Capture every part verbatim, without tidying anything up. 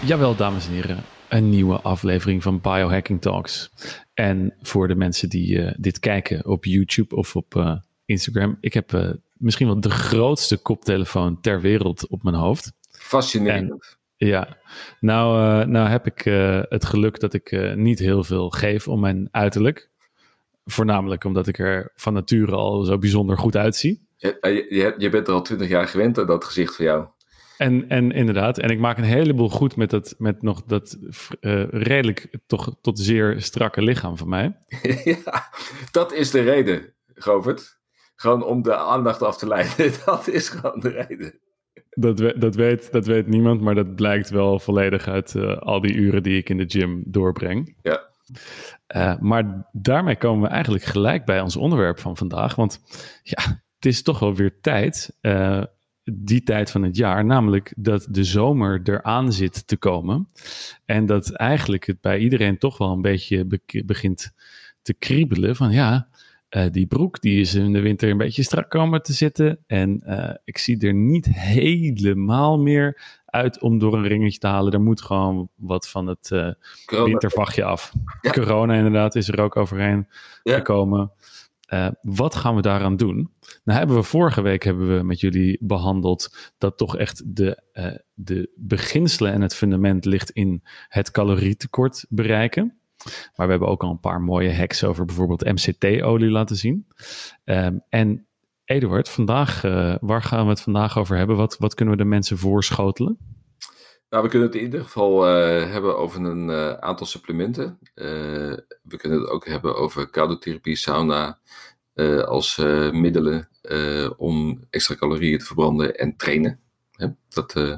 Jawel, dames en heren, een nieuwe aflevering van Biohacking Talks. En voor de mensen die uh, dit kijken op YouTube of op uh, Instagram, ik heb uh, misschien wel de grootste koptelefoon ter wereld op mijn hoofd. Fascinerend. En, ja, nou, uh, nou heb ik uh, het geluk dat ik uh, niet heel veel geef om mijn uiterlijk. Voornamelijk omdat ik er van nature al zo bijzonder goed uitzie. Je, je, je bent er al twintig jaar gewend aan dat gezicht van jou. En, en inderdaad, en ik maak een heleboel goed met, dat, met nog dat uh, redelijk toch tot zeer strakke lichaam van mij. Ja, dat is de reden, Govert. Gewoon om de aandacht af te leiden. Dat is gewoon de reden. Dat, we, dat, weet, dat weet niemand, maar dat blijkt wel volledig uit uh, al die uren die ik in de gym doorbreng. Ja. Uh, maar daarmee komen we eigenlijk gelijk bij ons onderwerp van vandaag. Want ja, het is toch wel weer tijd... Uh, die tijd van het jaar, namelijk dat de zomer eraan zit te komen. En dat eigenlijk het bij iedereen toch wel een beetje be- begint te kriebelen van ja, uh, die broek die is in de winter een beetje strak komen te zitten. En uh, ik zie er niet helemaal meer uit om door een ringetje te halen. Er moet gewoon wat van het uh, wintervachtje af. Ja. Corona inderdaad is er ook overheen ja. gekomen. Uh, wat gaan we daaraan doen? Nou hebben we vorige week hebben we met jullie behandeld dat toch echt de, uh, de beginselen en het fundament ligt in het calorietekort bereiken. Maar we hebben ook al een paar mooie hacks over bijvoorbeeld M C T-olie laten zien. Um, en Eduard, vandaag, uh, waar gaan we het vandaag over hebben? Wat, wat kunnen we de mensen voorschotelen? Nou, we kunnen het in ieder geval uh, hebben over een uh, aantal supplementen. Uh, we kunnen het ook hebben over koudetherapie, sauna uh, als uh, middelen uh, om extra calorieën te verbranden en trainen. Hè? Dat uh,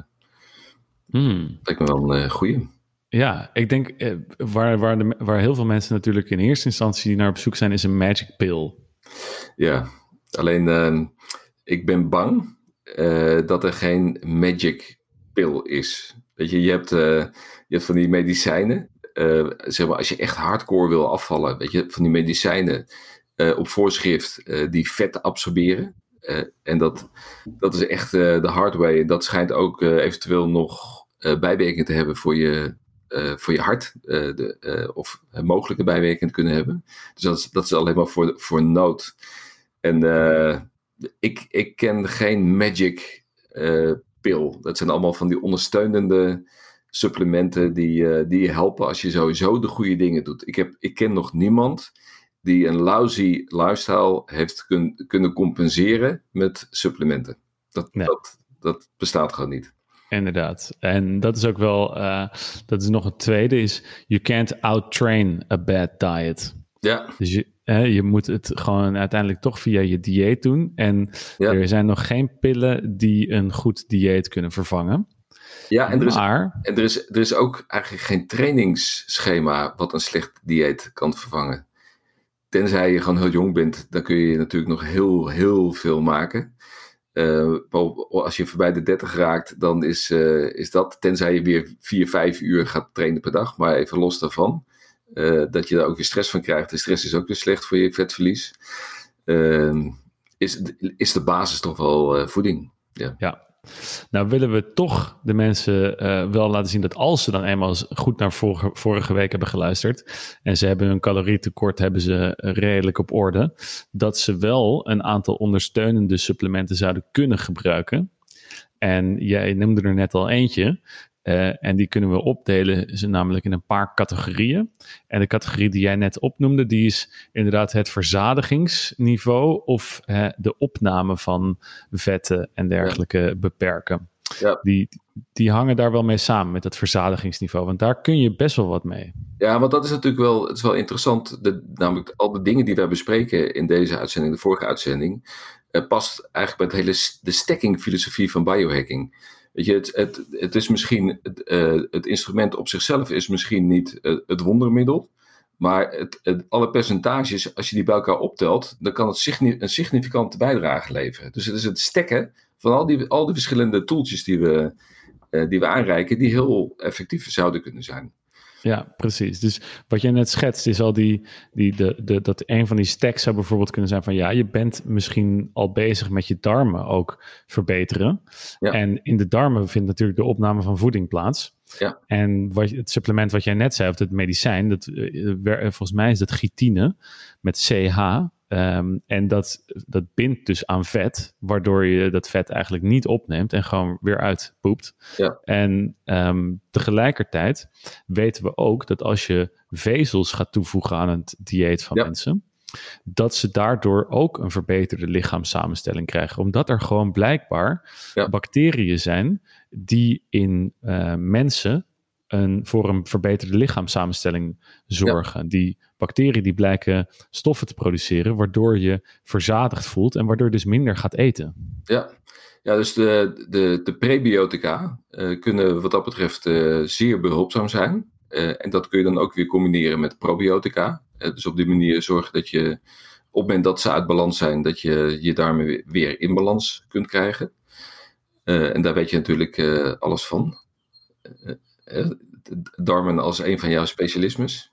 hmm. lijkt me wel een uh, goeie. Ja, ik denk uh, waar, waar, de, waar heel veel mensen natuurlijk in eerste instantie naar op zoek zijn, is een magic pill. Ja, alleen uh, ik ben bang uh, dat er geen magic pill is. Weet je, je hebt, uh, je hebt van die medicijnen. Uh, zeg maar, als je echt hardcore wil afvallen, weet je, van die medicijnen uh, op voorschrift uh, die vet absorberen. Uh, en dat, dat is echt uh, de hard way. En dat schijnt ook uh, eventueel nog uh, bijwerkingen te hebben voor je, uh, voor je hart. Uh, de, uh, of uh, mogelijke bijwerkingen te kunnen hebben. Dus dat is, dat is alleen maar voor, voor nood. En uh, ik, ik ken geen magic uh, pil. Dat zijn allemaal van die ondersteunende supplementen die, uh, die je helpen als je sowieso de goede dingen doet. Ik, heb, ik ken nog niemand die een lousy lifestyle heeft kun, kunnen compenseren met supplementen. Dat, nee. dat, dat bestaat gewoon niet. Inderdaad. En dat is ook wel, uh, dat is nog het tweede, is you can't outtrain a bad diet. Ja. Dus je, uh, je moet het gewoon uiteindelijk toch via je dieet doen. En ja. er zijn nog geen pillen die een goed dieet kunnen vervangen. Ja, en, er is, maar... en er, is, er is ook eigenlijk geen trainingsschema wat een slecht dieet kan vervangen. Tenzij je gewoon heel jong bent, dan kun je natuurlijk nog heel, heel veel maken. Uh, als je voorbij de dertig raakt, dan is, uh, is dat, tenzij je weer vier, vijf uur gaat trainen per dag, maar even los daarvan. Uh, dat je daar ook weer stress van krijgt. De stress is ook weer slecht voor je vetverlies. Uh, is, is de basis toch wel uh, voeding. Ja. ja. Nou willen we toch de mensen uh, wel laten zien dat als ze dan eenmaal goed naar vorige, vorige week hebben geluisterd en ze hebben hun calorietekort hebben ze redelijk op orde, dat ze wel een aantal ondersteunende supplementen zouden kunnen gebruiken. En jij noemde er net al eentje. Uh, en die kunnen we opdelen, ze namelijk in een paar categorieën. En de categorie die jij net opnoemde, die is inderdaad het verzadigingsniveau of uh, de opname van vetten en dergelijke ja. beperken. Ja. Die, die hangen daar wel mee samen met het verzadigingsniveau, want daar kun je best wel wat mee. Ja, want dat is natuurlijk wel, het is wel interessant, de, namelijk al de dingen die wij bespreken in deze uitzending, de vorige uitzending, uh, past eigenlijk bij het hele, de stacking filosofie van biohacking. Weet je, het, het, het is misschien, het, uh, het instrument op zichzelf is misschien niet uh, het wondermiddel, maar het, het, alle percentages, als je die bij elkaar optelt, dan kan het signi- een significante bijdrage leveren. Dus het is het stacken van al die, al die verschillende tooltjes die we, uh, die we aanreiken, die heel effectief zouden kunnen zijn. Ja, precies. Dus wat jij net schetst is al die, die de, de, dat een van die stacks zou bijvoorbeeld kunnen zijn van ja, je bent misschien al bezig met je darmen ook verbeteren. Ja. En in de darmen vindt natuurlijk de opname van voeding plaats. Ja. En wat, het supplement wat jij net zei, of het medicijn, dat, uh, volgens mij is dat chitine met C H. Um, en dat, dat bindt dus aan vet, waardoor je dat vet eigenlijk niet opneemt en gewoon weer uitpoept. Ja. En um, tegelijkertijd weten we ook dat als je vezels gaat toevoegen aan het dieet van ja. mensen, dat ze daardoor ook een verbeterde lichaamssamenstelling krijgen. Omdat er gewoon blijkbaar ja. bacteriën zijn die in uh, mensen een, voor een verbeterde lichaamssamenstelling zorgen. Ja. Die bacteriën die blijken stoffen te produceren, waardoor je verzadigd voelt en waardoor je dus minder gaat eten. Ja, ja dus de, de, de prebiotica uh, kunnen wat dat betreft uh, zeer behulpzaam zijn. Uh, en dat kun je dan ook weer combineren met probiotica. Uh, dus op die manier zorgen dat je op het moment dat ze uit balans zijn, dat je je daarmee weer in balans kunt krijgen. Uh, en daar weet je natuurlijk uh, alles van. Uh, uh, darmen als een van jouw specialismes.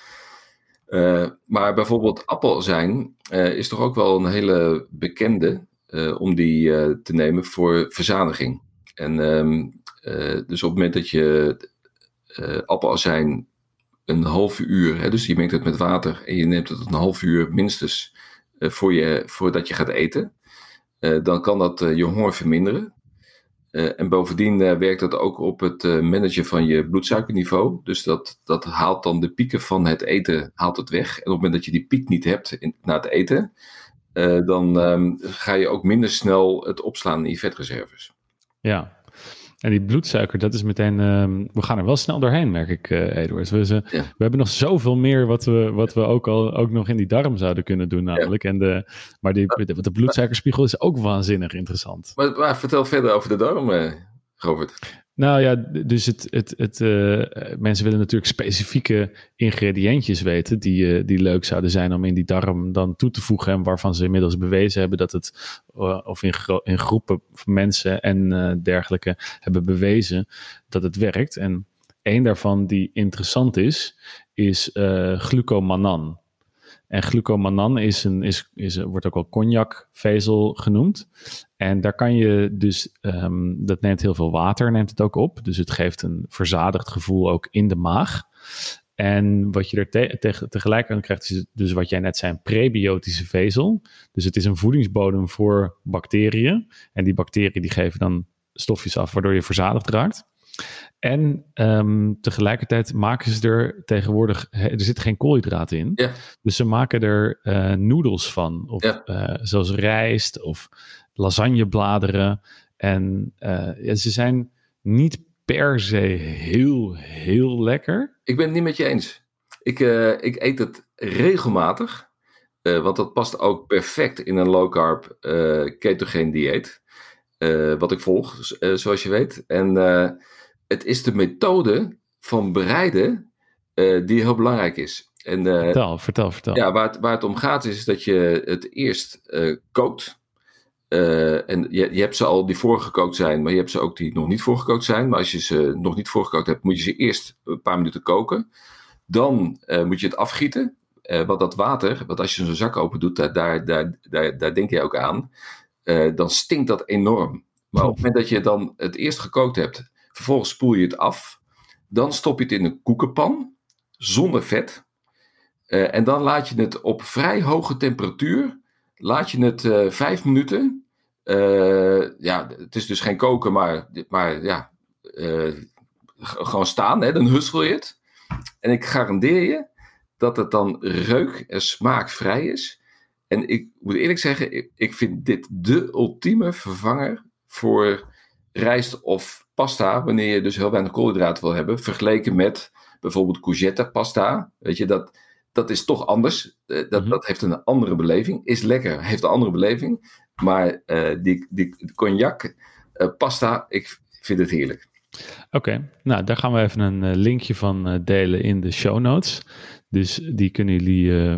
Uh, maar bijvoorbeeld appelazijn uh, is toch ook wel een hele bekende uh, om die uh, te nemen voor verzadiging. En um, uh, dus op het moment dat je uh, appelazijn een half uur, hè, dus je mengt het met water en je neemt het een half uur minstens uh, voor je, voordat je gaat eten, uh, dan kan dat uh, je honger verminderen. Uh, en bovendien uh, werkt dat ook op het uh, managen van je bloedsuikerniveau. Dus dat, dat haalt dan de pieken van het eten haalt het weg. En op het moment dat je die piek niet hebt in, na het eten, uh, dan um, ga je ook minder snel het opslaan in je vetreserves. Ja, en die bloedsuiker, dat is meteen... Uh, we gaan er wel snel doorheen, merk ik, uh, Eduard. We, ze, ja. we hebben nog zoveel meer wat we, wat we ook, al, ook nog in die darm zouden kunnen doen namelijk. Ja. En de, maar die, de, de bloedsuikerspiegel is ook waanzinnig interessant. Maar, maar vertel verder over de darm, uh, Robert. Nou ja, dus het, het, het, uh, mensen willen natuurlijk specifieke ingrediëntjes weten die, uh, die leuk zouden zijn om in die darm dan toe te voegen en waarvan ze inmiddels bewezen hebben dat het, uh, of in, gro- in groepen van mensen en uh, dergelijke hebben bewezen dat het werkt. En één daarvan die interessant is, is uh, glucomannan. En glucomannan is een, is, is, wordt ook wel cognacvezel genoemd. En daar kan je dus, um, dat neemt heel veel water, neemt het ook op. Dus het geeft een verzadigd gevoel ook in de maag. En wat je er te, te, tegelijk aan krijgt, is dus wat jij net zei, een prebiotische vezel. Dus het is een voedingsbodem voor bacteriën. En die bacteriën die geven dan stofjes af, waardoor je verzadigd raakt. En um, tegelijkertijd maken ze er tegenwoordig, er zitten geen koolhydraten in. Ja. Dus ze maken er uh, noedels van. Of ja. uh, zoals rijst of lasagnebladeren. En uh, ja, ze zijn niet per se heel, heel lekker. Ik ben het niet met je eens. Ik, uh, ik eet het regelmatig. Uh, want dat past ook perfect in een low carb uh, ketogeen dieet. Uh, wat ik volg, uh, zoals je weet. En uh, het is de methode van bereiden uh, die heel belangrijk is. En, uh, vertel, vertel, vertel. Ja, waar het, waar het om gaat is dat je het eerst uh, kookt. Uh, en je, je hebt ze al die voorgekookt zijn, maar je hebt ze ook die nog niet voorgekookt zijn. Maar als je ze nog niet voorgekookt hebt, moet je ze eerst een paar minuten koken. Dan uh, moet je het afgieten. Uh, want dat water, want als je zo'n zak open doet, daar, daar, daar, daar, daar denk je ook aan. Uh, dan stinkt dat enorm. Maar op het moment dat je dan het eerst gekookt hebt, vervolgens spoel je het af. Dan stop je het in een koekenpan, zonder vet. Uh, en dan laat je het op vrij hoge temperatuur, laat je het uh, vijf minuten. Uh, ja, het is dus geen koken, maar, maar ja, uh, g- gewoon staan, hè, dan hussel je het. En ik garandeer je dat het dan reuk- en smaakvrij is. En ik moet eerlijk zeggen, ik, ik vind dit de ultieme vervanger voor rijst of pasta, wanneer je dus heel weinig koolhydraten wil hebben, vergeleken met bijvoorbeeld courgette pasta. Weet je, dat, dat is toch anders. Uh, dat, mm-hmm. dat heeft een andere beleving. Is lekker, heeft een andere beleving. Maar uh, die, die cognac uh, pasta, ik vind het heerlijk. Oké, okay. Nou daar gaan we even een uh, linkje van uh, delen in de show notes. Dus die kunnen jullie uh,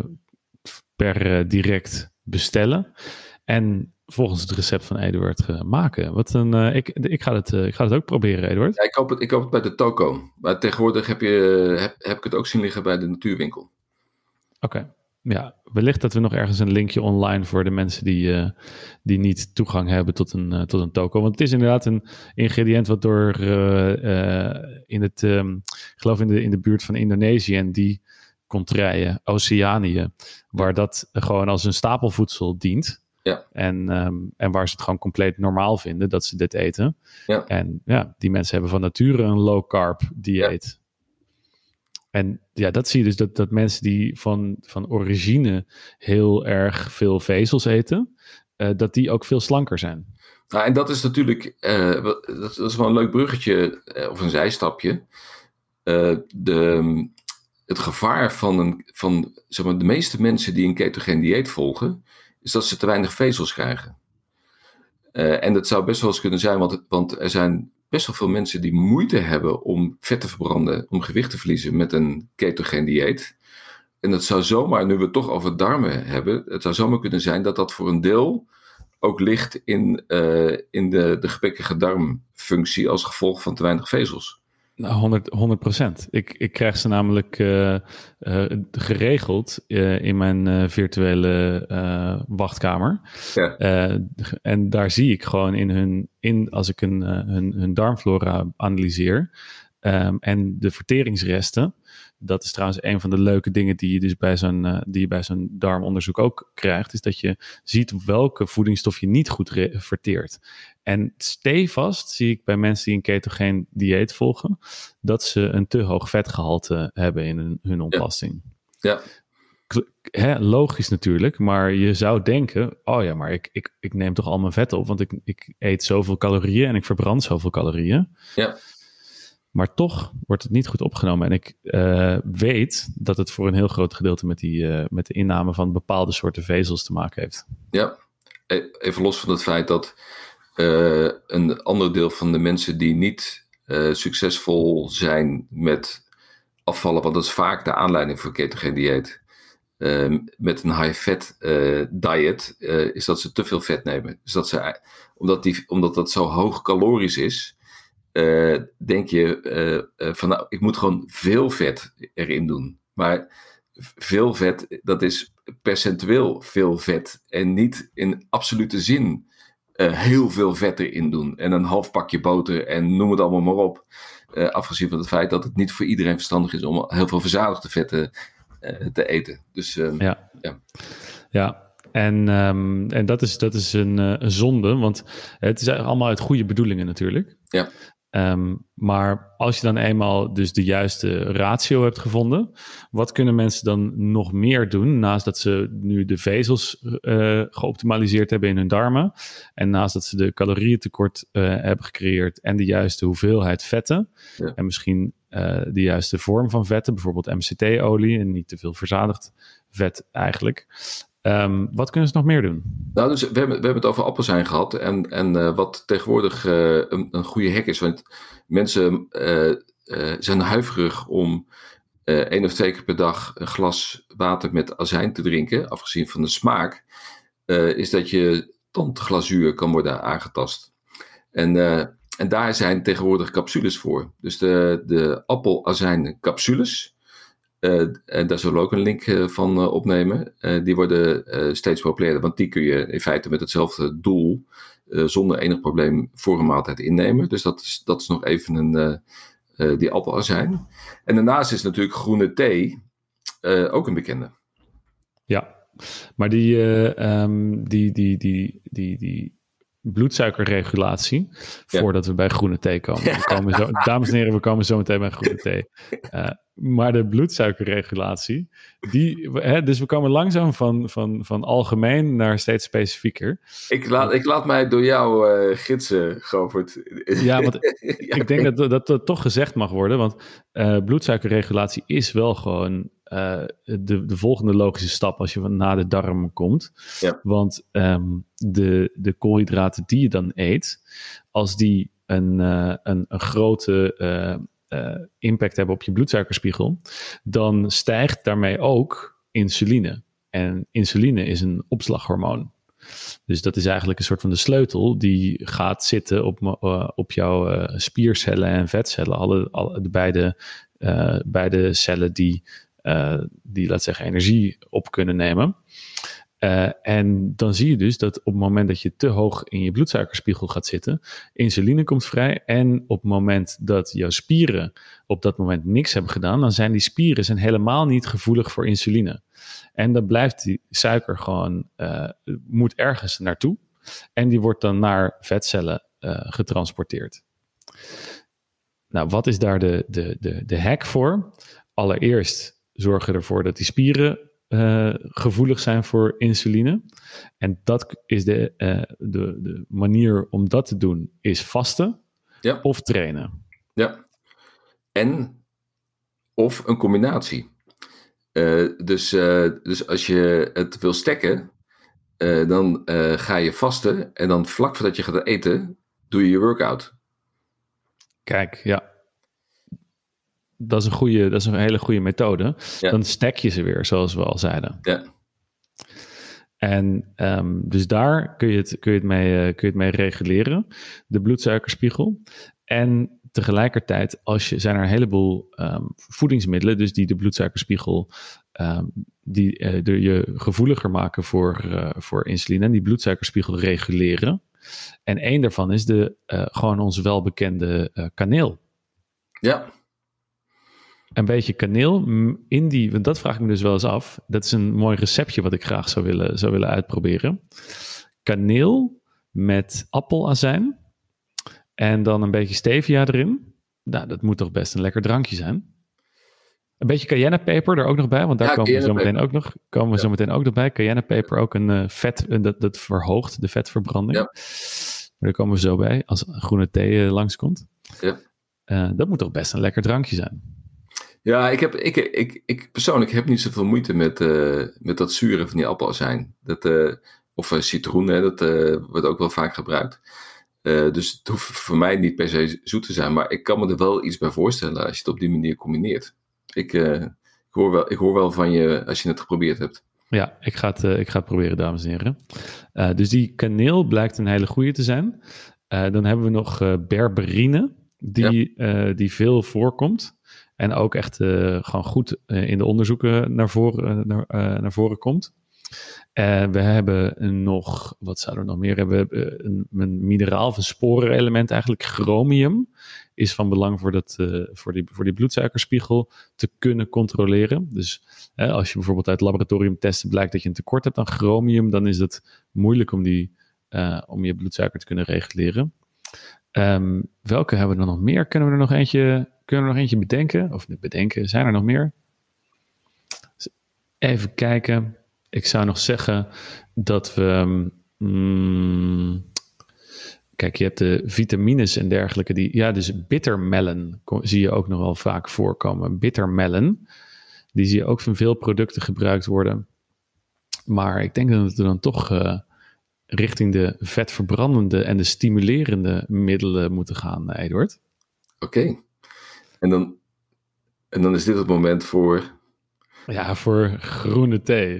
per uh, direct bestellen. En volgens het recept van Eduard uh, maken. Wat een, uh, ik, ik, ga het, uh, ik ga het ook proberen, Eduard. Ja, ik koop het, ik koop het bij de toko. Maar tegenwoordig heb, je, heb, heb ik het ook zien liggen bij de natuurwinkel. Oké. Okay. ja, wellicht dat we nog ergens een linkje online voor de mensen die, uh, die niet toegang hebben tot een, uh, tot een toko. Want het is inderdaad een ingrediënt wat door uh, uh, in het, um, ik geloof in de, in de buurt van Indonesië en die contraien, Oceanië, waar dat gewoon als een stapelvoedsel dient. Ja. En, um, en waar ze het gewoon compleet normaal vinden dat ze dit eten. Ja. En ja, die mensen hebben van nature een low carb dieet. Ja. En ja, dat zie je dus dat, dat mensen die van, van origine heel erg veel vezels eten, uh, dat die ook veel slanker zijn. Nou, en dat is natuurlijk, uh, dat is wel een leuk bruggetje uh, of een zijstapje. Uh, de, het gevaar van, een, van zeg maar, de meeste mensen die een ketogeen dieet volgen, is dat ze te weinig vezels krijgen. Uh, en dat zou best wel eens kunnen zijn, want, want er zijn best wel veel mensen die moeite hebben om vet te verbranden, om gewicht te verliezen met een ketogeen dieet. En dat zou zomaar, nu we het toch over darmen hebben, het zou zomaar kunnen zijn dat dat voor een deel ook ligt in, uh, in de, de gebrekkige darmfunctie als gevolg van te weinig vezels. Nou, honderd procent. Ik, ik krijg ze namelijk uh, uh, geregeld uh, in mijn uh, virtuele uh, wachtkamer. Ja. Uh, en daar zie ik gewoon in hun, in, als ik een, uh, hun, hun darmflora analyseer um, en de verteringsresten. Dat is trouwens een van de leuke dingen die je dus bij zo'n, uh, die je bij zo'n darmonderzoek ook krijgt, is dat je ziet welke voedingsstof je niet goed re- verteert. En stevast zie ik bij mensen die een ketogeen dieet volgen, dat ze een te hoog vetgehalte hebben in hun, hun ontlasting. Ja. Ja. Hè, logisch natuurlijk, maar je zou denken, oh ja, maar ik, ik, ik neem toch al mijn vet op, want ik, ik eet zoveel calorieën en ik verbrand zoveel calorieën. Ja. Maar toch wordt het niet goed opgenomen. En ik uh, weet dat het voor een heel groot gedeelte met, die, uh, met de inname van bepaalde soorten vezels te maken heeft. Ja, even los van het feit dat uh, een ander deel van de mensen die niet uh, succesvol zijn met afvallen, want dat is vaak de aanleiding voor ketogeen dieet, uh, met een high-fat uh, diet, uh, is dat ze te veel vet nemen. Dus dat ze, omdat, die, omdat dat zo hoog calorisch is, Uh, denk je uh, uh, van nou, ik moet gewoon veel vet erin doen. Maar veel vet, dat is percentueel veel vet en niet in absolute zin uh, heel veel vet erin doen. En een half pakje boter en noem het allemaal maar op. Uh, afgezien van het feit dat het niet voor iedereen verstandig is om heel veel verzadigde vetten uh, te eten. Dus uh, ja. ja. Ja. En, um, en dat is, dat is een, uh, een zonde, want het is allemaal uit goede bedoelingen natuurlijk. Ja. Um, maar als je dan eenmaal dus de juiste ratio hebt gevonden, wat kunnen mensen dan nog meer doen naast dat ze nu de vezels uh, geoptimaliseerd hebben in hun darmen en naast dat ze de calorieëntekort uh, hebben gecreëerd en de juiste hoeveelheid vetten ja. en misschien uh, de juiste vorm van vetten, bijvoorbeeld M C T-olie en niet te veel verzadigd vet eigenlijk. Um, wat kunnen ze nog meer doen? Nou, dus we hebben, we hebben het over appelsijn gehad. En, en uh, wat tegenwoordig uh, een, een goede hack is. Want mensen uh, uh, zijn huiverig om uh, één of twee keer per dag een glas water met azijn te drinken. Afgezien van de smaak. Uh, is dat je tandglazuur kan worden aangetast. En, uh, en daar zijn tegenwoordig capsules voor. Dus de, de appelazijn capsules. Uh, en daar zullen we ook een link uh, van uh, opnemen. Uh, die worden uh, steeds populairder, want die kun je in feite met hetzelfde doel uh, zonder enig probleem voor een maaltijd innemen. Dus dat is, dat is nog even een, uh, uh, die appelazijn. En daarnaast is natuurlijk groene thee uh, ook een bekende. Ja, maar die, uh, um, die, die, die, die, die bloedsuikerregulatie, ja. voordat we bij groene thee komen. We komen zo, dames en heren, we komen zo meteen bij groene thee. Uh, maar de bloedsuikerregulatie, die, hè, dus we komen langzaam van, van, van algemeen naar steeds specifieker. Ik laat, ik laat mij door jou uh, gidsen, Govert. Ja, want ja, ik denk dat, dat dat toch gezegd mag worden, want uh, bloedsuikerregulatie is wel gewoon uh, de, de volgende logische stap als je van na de darm komt. Ja. Want um, de, de koolhydraten die je dan eet, als die een, uh, een, een grote uh, uh, impact hebben op je bloedsuikerspiegel, dan stijgt daarmee ook insuline. En insuline is een opslaghormoon. Dus dat is eigenlijk een soort van de sleutel die gaat zitten op, uh, op jouw uh, spiercellen en vetcellen. Alle, alle, de beide, uh, beide cellen die uh, die laat zeggen, energie op kunnen nemen. Uh, en dan zie je dus dat op het moment dat je te hoog in je bloedsuikerspiegel gaat zitten, insuline komt vrij. En op het moment dat jouw spieren op dat moment niks hebben gedaan, dan zijn die spieren zijn helemaal niet gevoelig voor insuline. En dan blijft die suiker gewoon, uh, moet ergens naartoe. En die wordt dan naar vetcellen uh, getransporteerd. Nou, wat is daar de, de, de, de hack voor? Allereerst zorgen ervoor dat die spieren Uh, gevoelig zijn voor insuline. En dat is de, uh, de, de manier om dat te doen, is vasten ja. of trainen. Ja. En of een combinatie. Uh, dus, uh, dus als je het wil stekken, uh, dan uh, ga je vasten en dan vlak voordat je gaat eten, doe je je workout. Kijk, ja. Dat is een, goede, dat is een hele goede methode. Ja. Dan stek je ze weer, zoals we al zeiden. Ja. En um, dus daar kun je, het, kun, je het mee, uh, kun je het mee reguleren, de bloedsuikerspiegel. En tegelijkertijd als je, zijn er een heleboel um, voedingsmiddelen, dus die de bloedsuikerspiegel, um, die uh, de, je gevoeliger maken voor, uh, voor insuline en die bloedsuikerspiegel reguleren. En één daarvan is de, uh, gewoon ons welbekende uh, kaneel. Ja. Een beetje kaneel in die, want dat vraag ik me dus wel eens af. Dat is een mooi receptje wat ik graag zou willen, zou willen uitproberen. Kaneel met appelazijn en dan een beetje stevia erin. Nou, dat moet toch best een lekker drankje zijn. Een beetje cayennepeper er ook nog bij, want daar ja, komen we zo meteen ook nog, komen we ja. zo meteen ook nog bij. Cayennepeper ook een uh, vet, uh, dat, dat verhoogt de vetverbranding. Ja. Maar daar komen we zo bij als groene thee uh, langskomt. Ja. Uh, dat moet toch best een lekker drankje zijn. Ja, ik, heb, ik, ik, ik persoonlijk heb niet zoveel moeite met, uh, met dat zure van die appelazijn. Dat, uh, of uh, citroen, hè, dat uh, wordt ook wel vaak gebruikt. Uh, dus het hoeft voor mij niet per se zoet te zijn. Maar ik kan me er wel iets bij voorstellen als je het op die manier combineert. Ik, uh, ik, hoor, wel, ik hoor wel van je als je het geprobeerd hebt. Ja, ik ga het, uh, ik ga het proberen, dames en heren. Uh, dus die kaneel blijkt een hele goede te zijn. Uh, dan hebben we nog uh, berberine, die, ja. uh, die veel voorkomt. En ook echt uh, gewoon goed uh, in de onderzoeken naar voren, uh, naar, uh, naar voren komt. Uh, we hebben nog, wat zouden we nog meer hebben? Uh, een, een mineraal of een sporenelement eigenlijk, chromium, is van belang voor, dat, uh, voor, die, voor die bloedsuikerspiegel te kunnen controleren. Dus uh, als je bijvoorbeeld uit laboratoriumtesten blijkt dat je een tekort hebt aan chromium, dan is het moeilijk om, die, uh, om je bloedsuiker te kunnen reguleren. Um, welke hebben we er nog meer? Kunnen we er nog eentje... Kunnen we nog eentje bedenken? Of bedenken, zijn er nog meer? Even kijken. Ik zou nog zeggen dat we... Mm, kijk, je hebt de vitamines en dergelijke. Die, ja, dus bittermelon zie je ook nog wel vaak voorkomen. Bittermelon. Die zie je ook van veel producten gebruikt worden. Maar ik denk dat we dan toch uh, richting de vetverbrandende en de stimulerende middelen moeten gaan, Eduard. Oké. Okay. En dan, en dan is dit het moment voor... Ja, voor groene thee.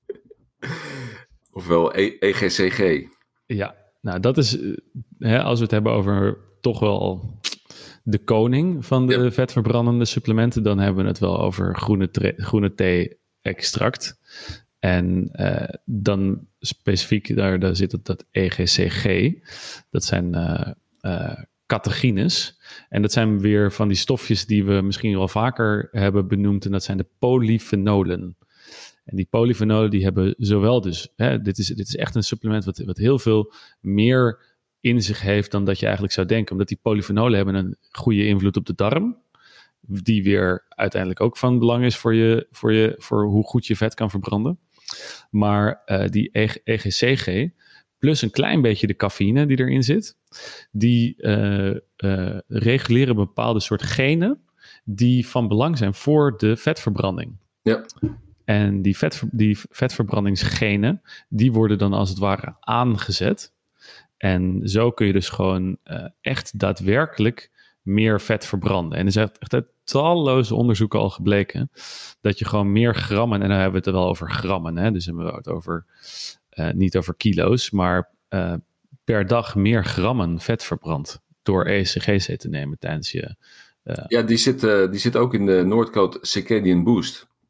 Ofwel E G C G. Ja, nou dat is... Hè, als we het hebben over toch wel de koning van de ja. vetverbrandende supplementen, dan hebben we het wel over groene, tre- groene thee-extract. En uh, dan specifiek, daar, daar zit het dat E G C G. Dat zijn... Uh, uh, catechines. En dat zijn weer van die stofjes die we misschien wel vaker hebben benoemd. En dat zijn de polyfenolen. En die polyfenolen die hebben zowel dus... Hè, dit, is, dit is echt een supplement wat, wat heel veel meer in zich heeft dan dat je eigenlijk zou denken. Omdat die polyfenolen hebben een goede invloed op de darm. Die weer uiteindelijk ook van belang is voor, je, voor, je, voor hoe goed je vet kan verbranden. Maar uh, die E G C G... plus een klein beetje de cafeïne die erin zit, die uh, uh, reguleren een bepaalde soort genen die van belang zijn voor de vetverbranding. Ja. En die, vet, die vetverbrandingsgenen, die worden dan als het ware aangezet. En zo kun je dus gewoon uh, echt daadwerkelijk meer vet verbranden. En er zijn echt uit talloze onderzoeken al gebleken dat je gewoon meer grammen, en dan hebben we het wel over grammen, hè, dus hebben we het over... Uh, niet over kilo's, maar uh, per dag meer grammen vet verbrandt door E C G C te nemen tijdens je... Uh... Ja, die zit, uh, die zit ook in de Noordcote Circadian Boost.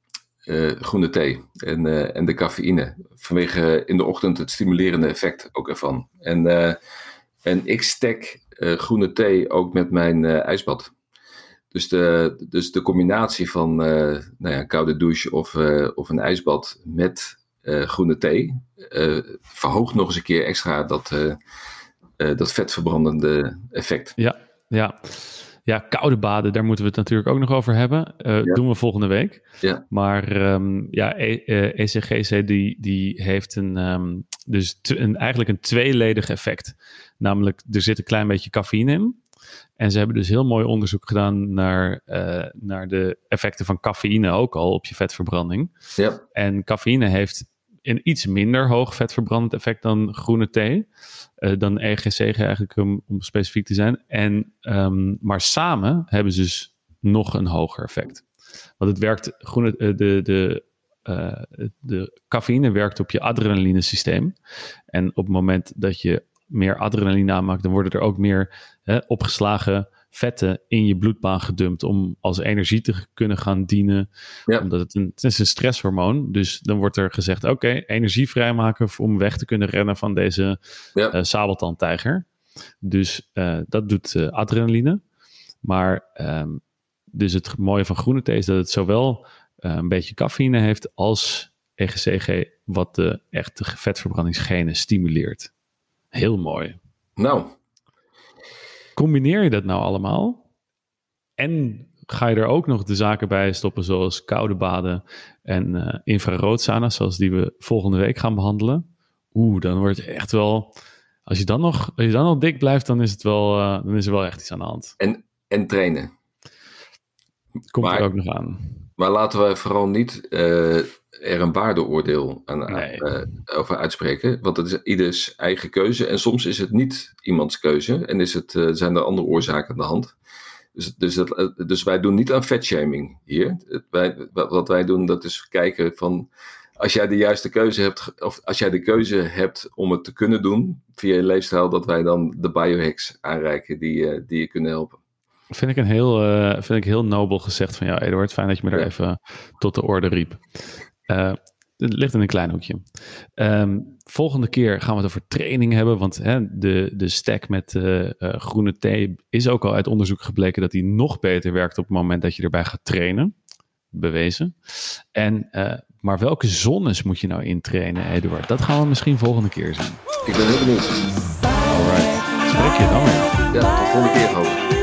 uh, groene thee en, uh, en de cafeïne. Vanwege uh, in de ochtend het stimulerende effect ook ervan. En, uh, en ik stek uh, groene thee ook met mijn uh, ijsbad. Dus de, dus de combinatie van uh, nou ja, een koude douche of, uh, of een ijsbad met uh, groene thee uh, verhoogt nog eens een keer extra dat, uh, uh, dat vetverbrandende effect. Ja, ja. Ja, koude baden, daar moeten we het natuurlijk ook nog over hebben. Uh, ja. Doen we volgende week. Ja. Maar um, ja, e- uh, E C G C die, die heeft een, um, dus t- een, eigenlijk een tweeledig effect. Namelijk, er zit een klein beetje cafeïne in. En ze hebben dus heel mooi onderzoek gedaan naar, uh, naar de effecten van cafeïne ook al op je vetverbranding. Ja. En cafeïne heeft een iets minder hoog vetverbrandend effect dan groene thee. Uh, dan E G C G eigenlijk om, om specifiek te zijn. En, um, maar samen hebben ze dus nog een hoger effect. Want het werkt, groene, uh, de, de, uh, de cafeïne werkt op je adrenaline systeem. En op het moment dat je meer adrenaline aanmaakt, dan worden er ook meer hè, opgeslagen vetten in je bloedbaan gedumpt om als energie te kunnen gaan dienen. Ja. Omdat het een, het is een stresshormoon. Dus dan wordt er gezegd, oké, okay, energie vrijmaken om weg te kunnen rennen van deze ja. uh, sabeltandtijger. Dus uh, dat doet uh, adrenaline. Maar um, dus het mooie van groene thee is dat het zowel uh, een beetje cafeïne heeft als E G C G, wat de echte vetverbrandingsgenen stimuleert. Heel mooi. Nou. Combineer je dat nou allemaal? En ga je er ook nog de zaken bij stoppen zoals koude baden en uh, infraroodsauna, zoals die we volgende week gaan behandelen? Oeh, dan wordt het echt wel... Als je dan nog, als je dan nog dik blijft, dan is, het wel, uh, dan is er wel echt iets aan de hand. En, en trainen. Komt maar, er ook nog aan. Maar laten we vooral niet uh, er een waardeoordeel aan, nee. uh, over uitspreken. Want het is ieders eigen keuze. En soms is het niet iemands keuze. En is het, uh, zijn er andere oorzaken aan de hand. Dus, dus, dat, dus wij doen niet aan vetshaming hier. Het, wij, wat wij doen, dat is kijken van... Als jij de juiste keuze hebt, of als jij de keuze hebt om het te kunnen doen via je leefstijl, dat wij dan de biohacks aanreiken die, uh, die je kunnen helpen. Vind ik een heel, uh, vind ik heel nobel gezegd van jou, Eduard. Fijn dat je me daar ja. even tot de orde riep. Uh, het ligt in een klein hoekje. Um, volgende keer gaan we het over training hebben. Want hè, de, de stack met uh, uh, groene thee is ook al uit onderzoek gebleken dat die nog beter werkt op het moment dat je erbij gaat trainen. Bewezen. En, uh, maar welke zones moet je nou intrainen, Eduard? Dat gaan we misschien volgende keer zien. Ik ben heel benieuwd. Alright. Spreek je dan weer. Ja, tot volgende keer, hoop.